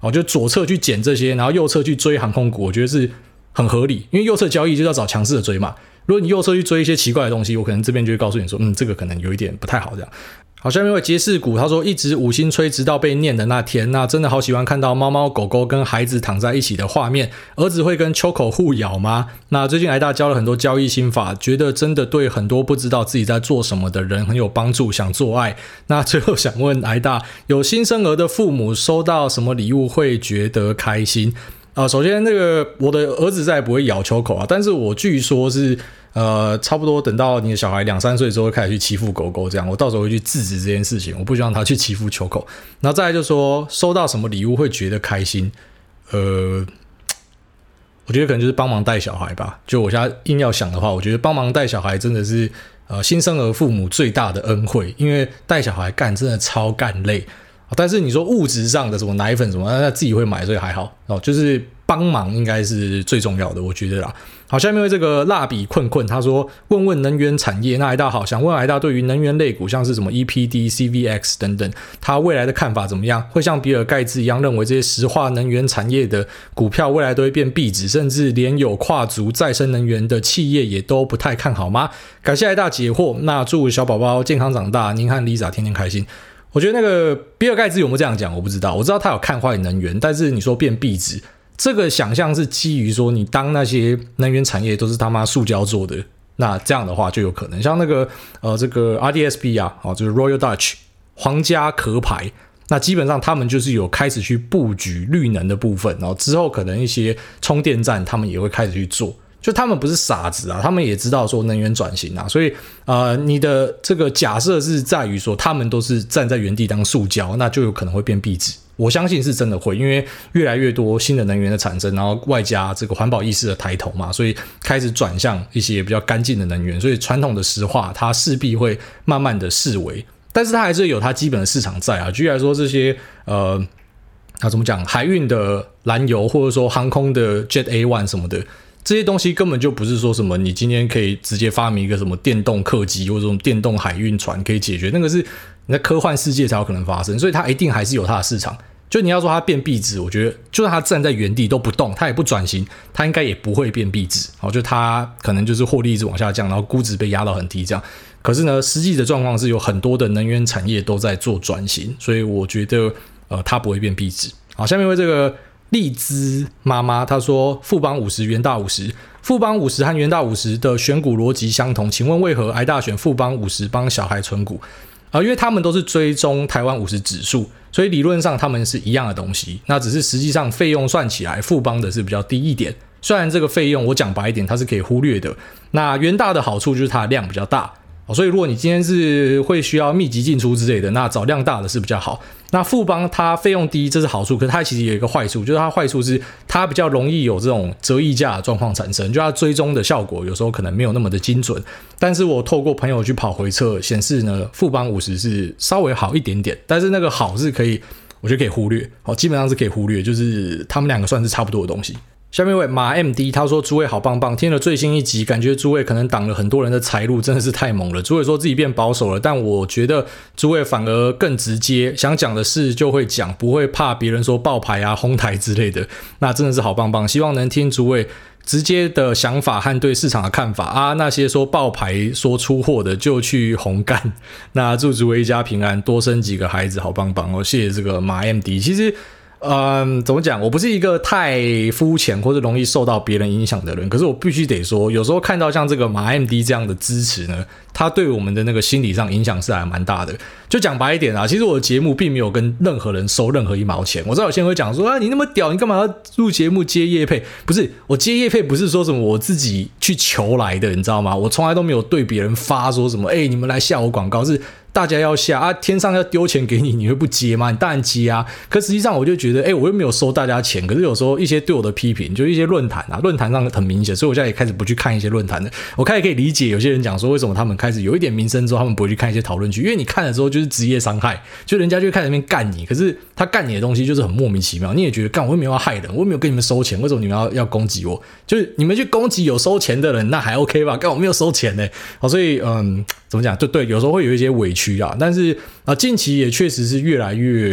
就左侧去捡这些，然后右侧去追航空股，我觉得是很合理，因为右侧交易就要找强势的追嘛。如果你右侧去追一些奇怪的东西，我可能这边就会告诉你说，这个可能有一点不太好这样。好，下面一位杰士谷他说一直五星吹直到被念的那天，那真的好喜欢看到猫猫狗狗跟孩子躺在一起的画面，儿子会跟秋口互咬吗？那最近挨大教了很多交易心法，觉得真的对很多不知道自己在做什么的人很有帮助，想做爱。那最后想问挨大，有新生儿的父母收到什么礼物会觉得开心？首先那个我的儿子再也不会咬秋口啊，但是我据说是差不多等到你的小孩2-3岁之后会开始去欺负狗狗这样，我到时候会去制止这件事情，我不希望他去欺负秋口。然后再来就说收到什么礼物会觉得开心，我觉得可能就是帮忙带小孩吧。就我现在硬要想的话，我觉得帮忙带小孩真的是新生儿父母最大的恩惠，因为带小孩干真的超干累。但是你说物质上的什么奶粉什么，那自己会买，所以还好就是帮忙应该是最重要的，我觉得啦。好，下面这个蜡笔困困他说问问能源产业，那挨大好，想问挨大对于能源类股像是什么 EPD、CVX 等等，他未来的看法怎么样？会像比尔盖茨一样认为这些石化能源产业的股票未来都会变壁纸，甚至连有跨足再生能源的企业也都不太看好吗？感谢挨大解惑，那祝小宝宝健康长大，您和 Lisa 天天开心。我觉得那个比尔盖茨有没有这样讲我不知道，我知道他有看坏能源，但是你说变壁纸，这个想象是基于说你当那些能源产业都是他妈塑胶做的，那这样的话就有可能像那个这个 RDSB 啊，就是 Royal Dutch 皇家壳牌，那基本上他们就是有开始去布局绿能的部分，然后之后可能一些充电站他们也会开始去做。就他们不是傻子啊，他们也知道说能源转型啊，所以你的这个假设是在于说他们都是站在原地当塑胶，那就有可能会变壁纸。我相信是真的会，因为越来越多新的能源的产生，然后外加这个环保意识的抬头嘛，所以开始转向一些比较干净的能源，所以传统的石化它势必会慢慢的式微，但是它还是有它基本的市场在啊。举例来说，这些怎么讲，海运的燃油或者说航空的 Jet A1 什么的，这些东西根本就不是说什么你今天可以直接发明一个什么电动客机或者这种电动海运船可以解决，那个是你在科幻世界才有可能发生，所以它一定还是有它的市场。就你要说它变壁纸，我觉得就算它站在原地都不动，它也不转型，它应该也不会变壁纸。就它可能就是获利一直往下降，然后估值被压到很低这样。可是呢，实际的状况是有很多的能源产业都在做转型，所以我觉得它不会变壁纸。好，下面为这个利兹妈妈她说富邦50元大50，富邦50和元大50的选股逻辑相同，请问为何挨大选富邦50帮小孩存股？因为他们都是追踪台湾50指数，所以理论上他们是一样的东西，那只是实际上费用算起来富邦的是比较低一点，虽然这个费用我讲白一点它是可以忽略的。那元大的好处就是它的量比较大，所以如果你今天是会需要密集进出之类的，那找量大的是比较好。那富邦它费用低，这是好处，可是它其实有一个坏处，就是它坏处是它比较容易有这种折溢价的状况产生，就它追踪的效果有时候可能没有那么的精准。但是我透过朋友去跑回测显示呢，富邦50是稍微好一点点，但是那个好是可以，我觉得可以忽略，基本上是可以忽略，就是他们两个算是差不多的东西。下面一位马 MD 他说诸位好棒棒，听了最新一集感觉诸位可能挡了很多人的财路，真的是太猛了。诸位说自己变保守了，但我觉得诸位反而更直接，想讲的事就会讲，不会怕别人说爆牌啊哄抬之类的，那真的是好棒棒。希望能听诸位直接的想法和对市场的看法啊，那些说爆牌说出货的就去红干。那祝诸位一家平安，多生几个孩子，好棒棒哦。谢谢这个马 MD。其实怎么讲，我不是一个太肤浅或者容易受到别人影响的人，可是我必须得说，有时候看到像这个马 MD 这样的支持呢，它对我们的那个心理上影响是还蛮大的。就讲白一点啊，其实我的节目并没有跟任何人收任何一毛钱。我知道有些人会讲说你那么屌，你干嘛要录节目接业配？不是，我接业配不是说什么我自己去求来的，你知道吗？我从来都没有对别人发说什么你们来下我广告，是大家要下啊，天上要丢钱给你，你会不接吗？你当然接啊。可实际上我就觉得我又没有收大家钱，可是有时候一些对我的批评，就一些论坛啊，论坛上很明显，所以我现在也开始不去看一些论坛了。我开始可以理解有些人讲说为什么他们开始有一点名声之后他们不会去看一些讨论区，因为你看了之后就是职业伤害，就人家就会开始在那边干你，可是他干你的东西就是很莫名其妙，你也觉得干我又没有要害人，我又没有跟你们收钱，为什么你们要攻击我？就是你们去攻击有收钱的人那还 OK 吧，干我没有收钱呢。所以怎么讲，就对，有时候会有一些委屈啊，但是近期也确实是越来越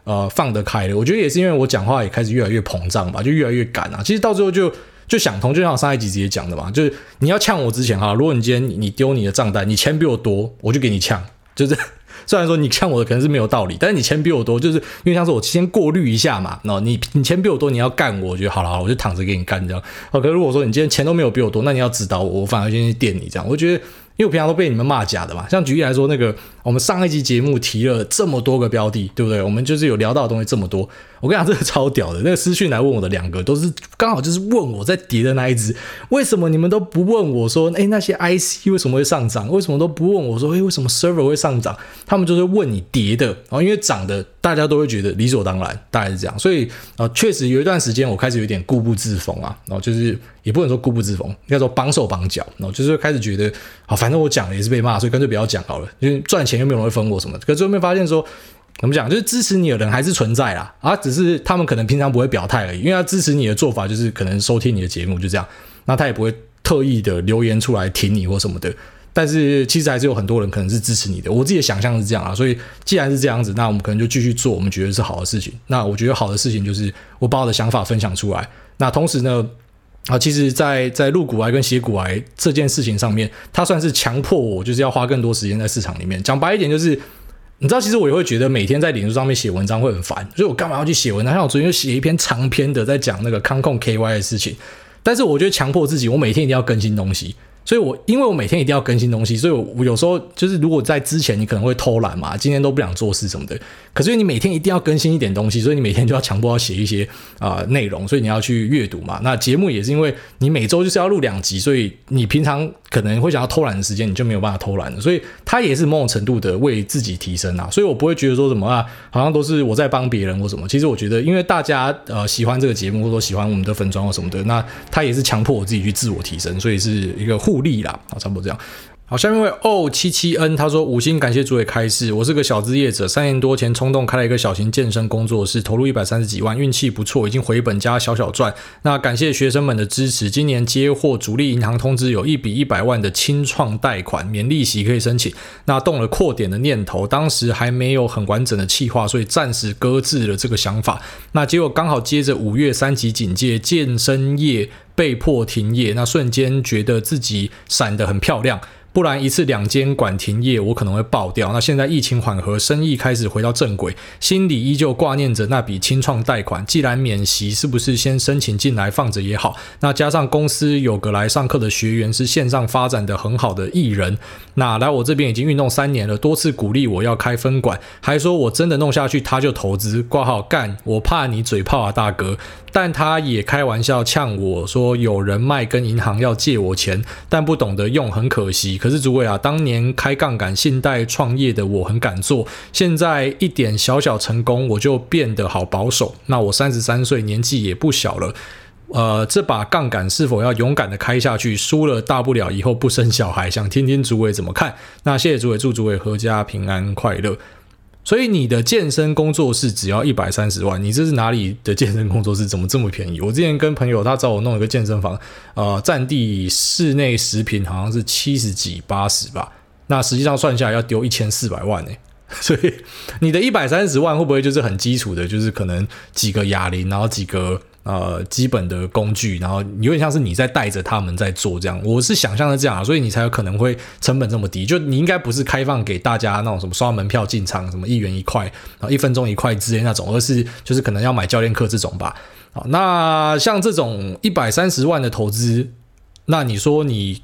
放得开了。我觉得也是因为我讲话也开始越来越膨胀吧，就越来越赶啊。其实到最后就想通，就像我上一集直接讲的嘛，就是你要呛我之前哈，如果你今天你丢你的账单，你钱比我多，我就给你呛，就是虽然说你呛我的可能是没有道理，但是你钱比我多，就是因为像是我先过滤一下嘛，然后你钱比我多，你要干我觉得好了，我就躺着给你干这样。可是如果说你今天钱都没有比我多，那你要指导我，我反而先去电你这样。我觉得因为我平常都被你们骂假的嘛，像举例来说，那个我们上一集节目提了这么多个标的，对不对？我们就是有聊到的东西这么多，我跟你讲，这个超屌的。那个私讯来问我的2个，都是刚好就是问我在跌的那一只，为什么你们都不问我说，那些 IC 为什么会上涨？为什么都不问我说，为什么 server 会上涨？他们就是问你跌的，然后因为涨的大家都会觉得理所当然，大概是这样。所以确实有一段时间我开始有点固步自封啊，然后就是也不能说固步自封，应该说绑手绑脚，然后就是开始觉得好，反正我讲了也是被骂，所以干脆不要讲好了，因为赚钱又没有人会分我什么的。可是最后面发现说，怎么讲，就是支持你的人还是存在啦，只是他们可能平常不会表态而已，因为他支持你的做法就是可能收听你的节目就这样，那他也不会特意的留言出来挺你或什么的。但是其实还是有很多人可能是支持你的，我自己的想象是这样啊，所以既然是这样子，那我们可能就继续做我们觉得是好的事情。那我觉得好的事情就是我把我的想法分享出来，那同时呢其实在录股癌跟写股癌这件事情上面，它算是强迫我就是要花更多时间在市场里面。讲白一点就是你知道，其实我也会觉得每天在脸书上面写文章会很烦，所以我干嘛要去写文章？像我昨天就写一篇长篇的在讲那个康控 KY 的事情，但是我就强迫自己，我每天一定要更新东西。所以因为我每天一定要更新东西，所以我有时候就是如果在之前你可能会偷懒嘛，今天都不想做事什么的，可是因为你每天一定要更新一点东西，所以你每天就要强迫要写一些内容，所以你要去阅读嘛。那节目也是因为你每周就是要录2集，所以你平常可能会想要偷懒的时间你就没有办法偷懒了，所以它也是某种程度的为自己提升啊。所以我不会觉得说什么好像都是我在帮别人或什么，其实我觉得因为大家喜欢这个节目或者说喜欢我们的粉专或什么的，那它也是强迫我自己去自我提升，所以是一个互利啦，差不多这样。好，下面一位77N，他说5星感谢主委开示，我是个小资业者，3年多前冲动开了一个小型健身工作室，投入130几万，运气不错，已经回本加小小赚。那感谢学生们的支持，今年接获主力银行通知有一笔100万的清创贷款，免利息可以申请。那动了扩点的念头，当时还没有很完整的企划，所以暂时搁置了这个想法。那结果刚好接着5月3级警戒，健身业被迫停业，那瞬间觉得自己闪得很漂亮，不然一次2间馆停业我可能会爆掉。那现在疫情缓和，生意开始回到正轨，心里依旧挂念着那笔清创贷款，既然免息，是不是先申请进来放着也好？那加上公司有个来上课的学员是线上发展的很好的艺人，那来我这边已经运动3年了，多次鼓励我要开分馆，还说我真的弄下去他就投资，挂号干，我怕你嘴炮啊大哥。但他也开玩笑呛我说有人脉跟银行要借我钱，但不懂得用很可惜。可是主委当年开杠杆信贷创业的我很敢做，现在一点小小成功我就变得好保守。那我33岁，年纪也不小了，这把杠杆是否要勇敢的开下去？输了大不了以后不生小孩，想听听主委怎么看。那谢谢主委，祝主委阖家平安快乐。所以你的健身工作室只要130万，你这是哪里的健身工作室？怎么这么便宜？我之前跟朋友他找我弄一个健身房，占地室内10坪，好像是70几80吧，那实际上算下来要丢1400万欸。所以你的130万会不会就是很基础的，就是可能几个哑铃，然后几个基本的工具，然后有点像是你在带着他们在做这样，我是想象的这样所以你才有可能会成本这么低。就你应该不是开放给大家那种什么刷门票进场，什么1元1块，然后1分钟1块之类那种，而是就是可能要买教练课这种吧。好，那像这种130万的投资，那你说你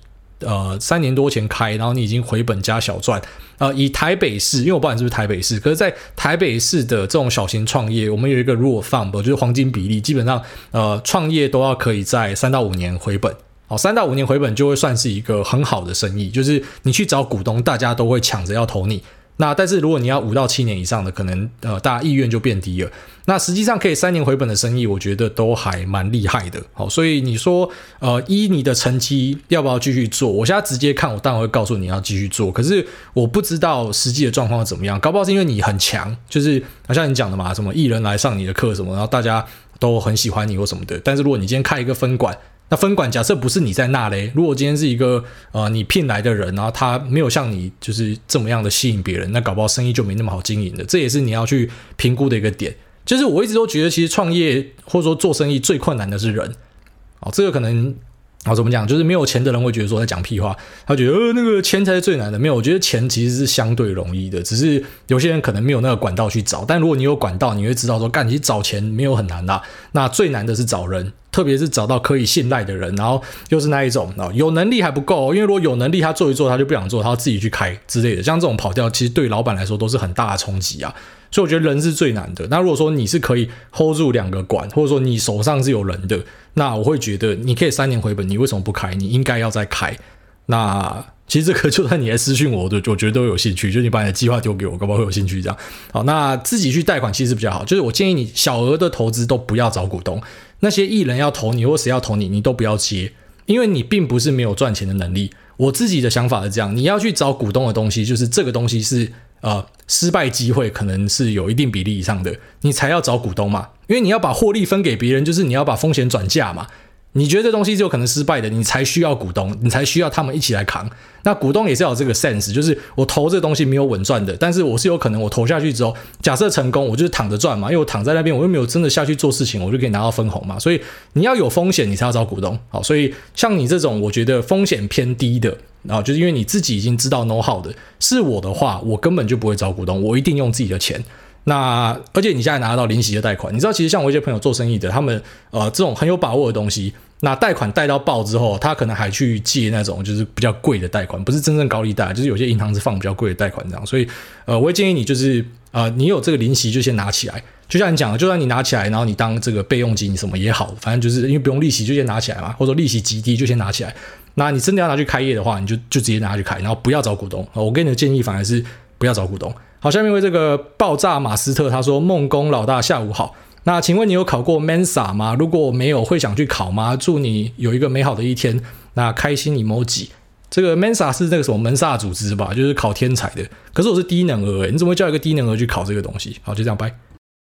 3年多前开，然后你已经回本加小赚，以台北市，因为我不知道你是不是台北市，可是在台北市的这种小型创业，我们有一个 rule of thumb， 就是黄金比例，基本上创业都要可以在3到5年回本。好，3到5年回本就会算是一个很好的生意，就是你去找股东，大家都会抢着要投你。那但是如果你要5到7年以上的，可能大家意愿就变低了。那实际上可以3年回本的生意，我觉得都还蛮厉害的。好，所以你说依你的成绩要不要继续做？我现在直接看，我当然会告诉你要继续做。可是我不知道实际的状况怎么样，搞不好是因为你很强，就是像你讲的嘛，什么艺人来上你的课什么，然后大家都很喜欢你或什么的。但是如果你今天开一个分馆， 那分管假设不是你在那嘞，如果今天是一个你聘来的人，然后他没有像你就是这么样的吸引别人，那搞不好生意就没那么好经营的，这也是你要去评估的一个点。就是我一直都觉得，其实创业或者说做生意最困难的是人。这个可能怎么讲？就是没有钱的人会觉得说在讲屁话，他觉得那个钱才是最难的。没有，我觉得钱其实是相对容易的，只是有些人可能没有那个管道去找。但如果你有管道，你会知道说，其实找钱没有很难啦。那最难的是找人，特别是找到可以信赖的人，然后又是那一种有能力还不够，因为如果有能力他做一做他就不想做，他要自己去开之类的，像这种跑掉，其实对老板来说都是很大的冲击啊。所以我觉得人是最难的。那如果说你是可以 hold 住2个馆，或者说你手上是有人的，那我会觉得你可以3年回本，你为什么不开？你应该要再开。那其实这个就算你来私讯我觉得都有兴趣，就是你把你的计划丢给我，搞不好会有兴趣这样。好，那自己去贷款其实比较好，就是我建议你小额的投资都不要找股东，那些艺人要投你或谁要投你，你都不要接，因为你并不是没有赚钱的能力。我自己的想法是这样，你要去找股东的东西，就是这个东西是失败机会可能是有一定比例以上的，你才要找股东嘛，因为你要把获利分给别人，就是你要把风险转嫁嘛。你觉得这东西是有可能失败的，你才需要股东，你才需要他们一起来扛。那股东也是要有这个 sense， 就是我投这个东西没有稳赚的，但是我是有可能我投下去之后，假设成功，我就是躺着赚嘛，因为我躺在那边，我又没有真的下去做事情，我就可以拿到分红嘛。所以你要有风险，你才要找股东。好，所以像你这种我觉得风险偏低的，就是因为你自己已经知道 know how 的，是我的话，我根本就不会找股东，我一定用自己的钱。那而且你现在拿得到零息的贷款，你知道其实像我一些朋友做生意的，他们这种很有把握的东西，那贷款贷到爆之后，他可能还去借那种就是比较贵的贷款，不是真正高利贷，就是有些银行是放比较贵的贷款这样。所以我会建议你就是你有这个零息就先拿起来，就像你讲的，就算你拿起来，然后你当这个备用金什么也好，反正就是因为不用利息就先拿起来嘛，或者利息极低就先拿起来。那你真的要拿去开业的话，你就直接拿去开，然后不要找股东。我给你的建议反而是不要找股东。好，下面为这个爆炸马斯特他说，梦工老大下午好，那请问你有考过 Mensa 吗？如果没有会想去考吗？祝你有一个美好的一天，那开心 emoji。这个 Mensa 是那个什么门萨组织吧，就是考天才的，可是我是低能儿你怎么会叫一个低能儿去考这个东西？好，就这样拜。